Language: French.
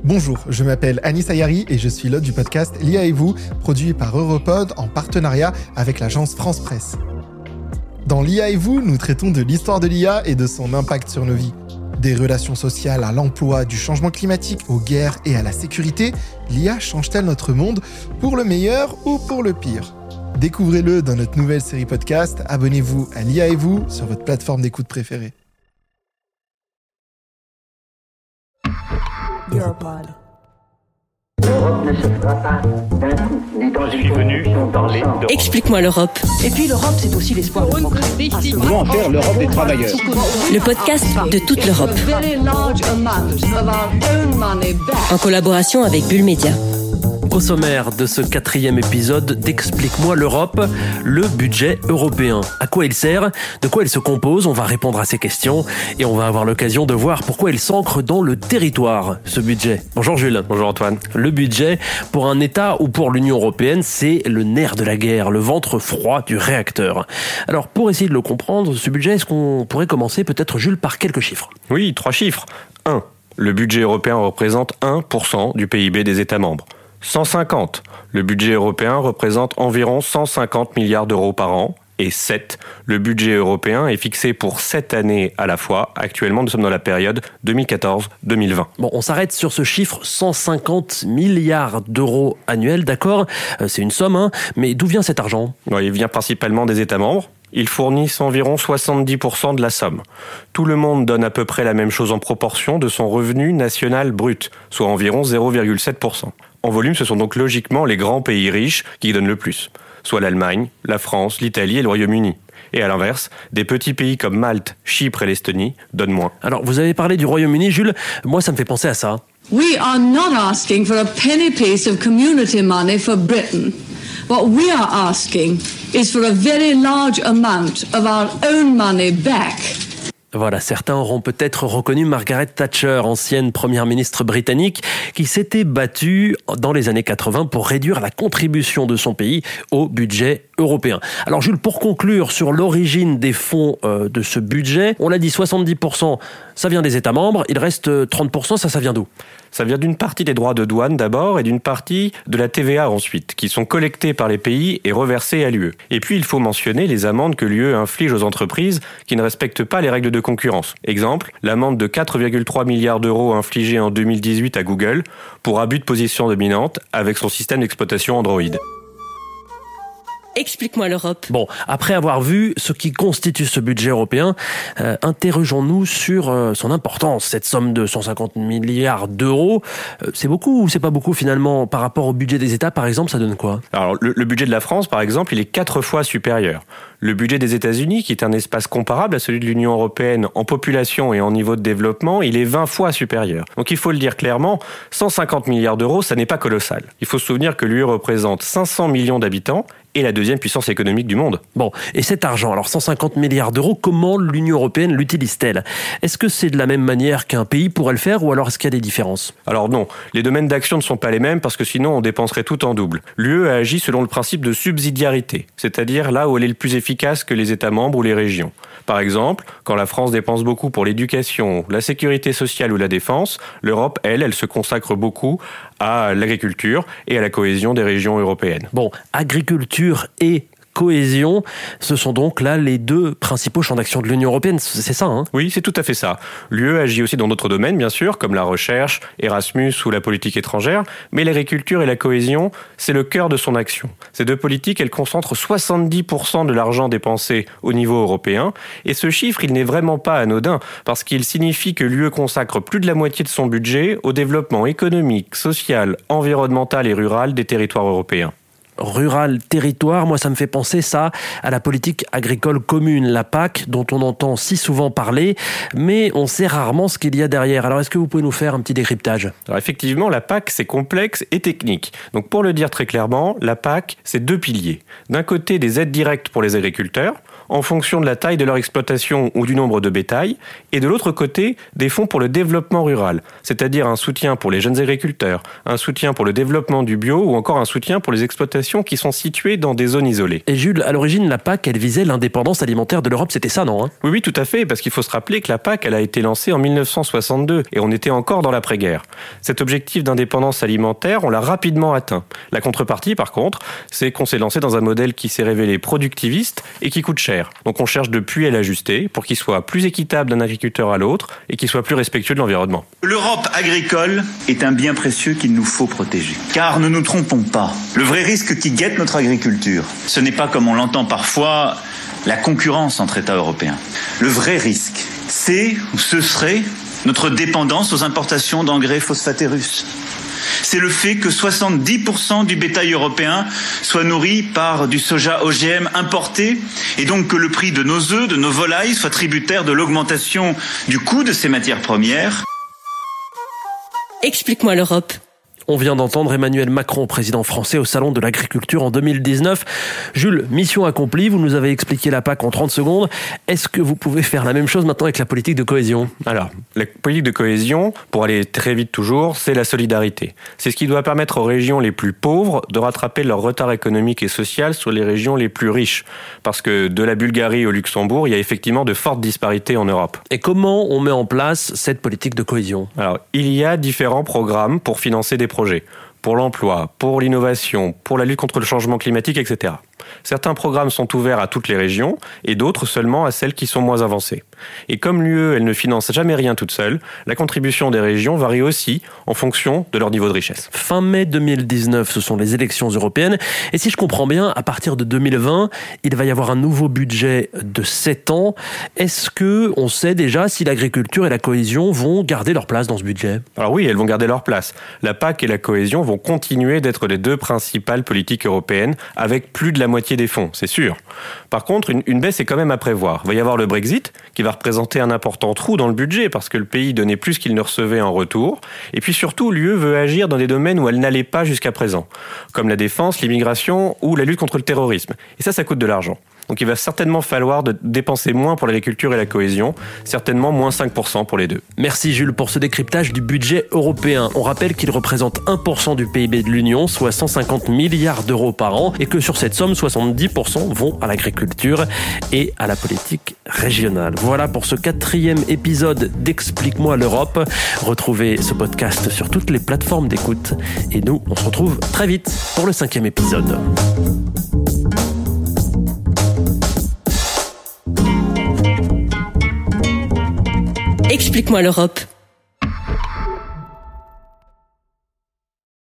Bonjour, je m'appelle Anis Ayari et je suis l'hôte du podcast L'IA et vous, produit par Europod en partenariat avec l'agence France Presse. Dans L'IA et vous, nous traitons de l'histoire de l'IA et de son impact sur nos vies. Des relations sociales à l'emploi, du changement climatique aux guerres et à la sécurité, l'IA change-t-elle notre monde pour le meilleur ou pour le pire ? Découvrez-le dans notre nouvelle série podcast. Abonnez-vous à L'IA et vous sur votre plateforme d'écoute préférée. Europod. L'Europe ne se fera pas d'un coup, ni dans une convention d'ensemble. Explique-moi l'Europe. Et puis l'Europe, c'est aussi l'espoir de progrès. Comment faire l'Europe des travailleurs? Le podcast de toute l'Europe. En collaboration avec Bull Media. Au sommaire de ce 4e épisode d'Explique-moi l'Europe, le budget européen. À quoi il sert ? De quoi il se compose ? On va répondre à ces questions et on va avoir l'occasion de voir pourquoi il s'ancre dans le territoire, ce budget. Bonjour Jules. Bonjour Antoine. Le budget, pour un État ou pour l'Union européenne, c'est le nerf de la guerre, le ventre froid du réacteur. Alors, pour essayer de le comprendre, ce budget, est-ce qu'on pourrait commencer peut-être, Jules, par quelques chiffres ? Oui, 3 chiffres. 1. Le budget européen représente 1% du PIB des États membres. 150. Le budget européen représente environ 150 milliards d'euros par an. Et 7. Le budget européen est fixé pour 7 années à la fois. Actuellement, nous sommes dans la période 2014-2020. Bon, on s'arrête sur ce chiffre, 150 milliards d'euros annuels, d'accord ? C'est une somme, hein ? Mais d'où vient cet argent ? Il vient principalement des États membres. Ils fournissent environ 70% de la somme. Tout le monde donne à peu près la même chose en proportion de son revenu national brut, soit environ 0,7%. En volume, ce sont donc logiquement les grands pays riches qui donnent le plus, soit l'Allemagne, la France, l'Italie et le Royaume-Uni. Et à l'inverse, des petits pays comme Malte, Chypre et l'Estonie donnent moins. Alors, vous avez parlé du Royaume-Uni, Jules. Moi, ça me fait penser à ça. We are not asking for a penny piece of community money for Britain. What we are asking is for a very large amount of our own money back. Voilà, certains auront peut-être reconnu Margaret Thatcher, ancienne première ministre britannique, qui s'était battue dans les années 80 pour réduire la contribution de son pays au budget européen. Alors Jules, pour conclure sur l'origine des fonds de ce budget, on l'a dit, 70%, ça vient des États membres, il reste 30%, ça vient d'où ? Ça vient d'une partie des droits de douane d'abord et d'une partie de la TVA ensuite, qui sont collectés par les pays et reversés à l'UE. Et puis il faut mentionner les amendes que l'UE inflige aux entreprises qui ne respectent pas les règles de concurrence. Exemple, l'amende de 4,3 milliards d'euros infligée en 2018 à Google pour abus de position dominante avec son système d'exploitation Android. Explique-moi l'Europe. Bon, après avoir vu ce qui constitue ce budget européen, interrogeons-nous sur son importance. Cette somme de 150 milliards d'euros, c'est beaucoup ou c'est pas beaucoup finalement par rapport au budget des États, par exemple, ça donne quoi ? Alors, le budget de la France, par exemple, il est 4 fois supérieur. Le budget des États-Unis, qui est un espace comparable à celui de l'Union européenne en population et en niveau de développement, il est 20 fois supérieur. Donc il faut le dire clairement, 150 milliards d'euros, ça n'est pas colossal. Il faut se souvenir que l'UE représente 500 millions d'habitants et la deuxième puissance économique du monde. Bon, et cet argent, alors 150 milliards d'euros, comment l'Union européenne l'utilise-t-elle ? Est-ce que c'est de la même manière qu'un pays pourrait le faire ou alors est-ce qu'il y a des différences ? Alors non, les domaines d'action ne sont pas les mêmes parce que sinon on dépenserait tout en double. L'UE a agi selon le principe de subsidiarité, c'est-à-dire là où elle est le plus efficace que les États membres ou les régions. Par exemple, quand la France dépense beaucoup pour l'éducation, la sécurité sociale ou la défense, l'Europe, elle se consacre beaucoup à l'agriculture et à la cohésion des régions européennes. Bon, agriculture et cohésion, ce sont donc là les deux principaux champs d'action de l'Union européenne, c'est ça, hein ? Oui, c'est tout à fait ça. L'UE agit aussi dans d'autres domaines, bien sûr, comme la recherche, Erasmus ou la politique étrangère, mais l'agriculture et la cohésion, c'est le cœur de son action. Ces deux politiques, elles concentrent 70% de l'argent dépensé au niveau européen, et ce chiffre, il n'est vraiment pas anodin, parce qu'il signifie que l'UE consacre plus de la moitié de son budget au développement économique, social, environnemental et rural des territoires européens. Rural, territoire, moi ça me fait penser ça à la politique agricole commune, la PAC, dont on entend si souvent parler, mais on sait rarement ce qu'il y a derrière. Alors est-ce que vous pouvez nous faire un petit décryptage ? Alors effectivement, la PAC c'est complexe et technique. Donc pour le dire très clairement, la PAC c'est 2 piliers. D'un côté des aides directes pour les agriculteurs, en fonction de la taille de leur exploitation ou du nombre de bétail, et de l'autre côté, des fonds pour le développement rural, c'est-à-dire un soutien pour les jeunes agriculteurs, un soutien pour le développement du bio ou encore un soutien pour les exploitations d'exploitation qui sont situés dans des zones isolées. Et Jules, à l'origine, la PAC, elle visait l'indépendance alimentaire de l'Europe, c'était ça, non ? Oui, tout à fait, parce qu'il faut se rappeler que la PAC, elle a été lancée en 1962 et on était encore dans l'après-guerre. Cet objectif d'indépendance alimentaire, on l'a rapidement atteint. La contrepartie, par contre, c'est qu'on s'est lancé dans un modèle qui s'est révélé productiviste et qui coûte cher. Donc on cherche depuis à l'ajuster pour qu'il soit plus équitable d'un agriculteur à l'autre et qu'il soit plus respectueux de l'environnement. L'Europe agricole est un bien précieux qu'il nous faut protéger. Car ne nous trompons pas, le vrai risque qui guette notre agriculture, ce n'est pas comme on l'entend parfois, la concurrence entre États européens. Le vrai risque, c'est ou ce serait notre dépendance aux importations d'engrais phosphatés russes. C'est le fait que 70% du bétail européen soit nourri par du soja OGM importé et donc que le prix de nos œufs, de nos volailles soit tributaire de l'augmentation du coût de ces matières premières. Explique-moi l'Europe. On vient d'entendre Emmanuel Macron, président français au Salon de l'Agriculture en 2019. Jules, mission accomplie, vous nous avez expliqué la PAC en 30 secondes. Est-ce que vous pouvez faire la même chose maintenant avec la politique de cohésion ? Alors, la politique de cohésion, pour aller très vite toujours, c'est la solidarité. C'est ce qui doit permettre aux régions les plus pauvres de rattraper leur retard économique et social sur les régions les plus riches. Parce que de la Bulgarie au Luxembourg, il y a effectivement de fortes disparités en Europe. Et comment on met en place cette politique de cohésion ? Alors, il y a différents programmes pour financer des projets, pour l'emploi, pour l'innovation, pour la lutte contre le changement climatique, etc. Certains programmes sont ouverts à toutes les régions et d'autres seulement à celles qui sont moins avancées. Et comme l'UE, elle ne finance jamais rien toute seule, la contribution des régions varie aussi en fonction de leur niveau de richesse. Fin mai 2019, ce sont les élections européennes. Et si je comprends bien, à partir de 2020, il va y avoir un nouveau budget de 7 ans. Est-ce qu'on sait déjà si l'agriculture et la cohésion vont garder leur place dans ce budget ? Alors oui, elles vont garder leur place. La PAC et la cohésion vont continuer d'être les deux principales politiques européennes avec plus de la moitié des fonds, c'est sûr. Par contre, une baisse est quand même à prévoir. Il va y avoir le Brexit qui va représenter un important trou dans le budget parce que le pays donnait plus qu'il ne recevait en retour. Et puis surtout, l'UE veut agir dans des domaines où elle n'allait pas jusqu'à présent, comme la défense, l'immigration ou la lutte contre le terrorisme. Et ça coûte de l'argent. Donc il va certainement falloir dépenser moins pour l'agriculture et la cohésion, certainement moins 5% pour les deux. Merci Jules pour ce décryptage du budget européen. On rappelle qu'il représente 1% du PIB de l'Union, soit 150 milliards d'euros par an, et que sur cette somme, 70% vont à l'agriculture et à la politique régionale. Voilà pour ce 4e épisode d'Explique-moi l'Europe. Retrouvez ce podcast sur toutes les plateformes d'écoute. Et nous, on se retrouve très vite pour le 5e épisode. Explique-moi l'Europe.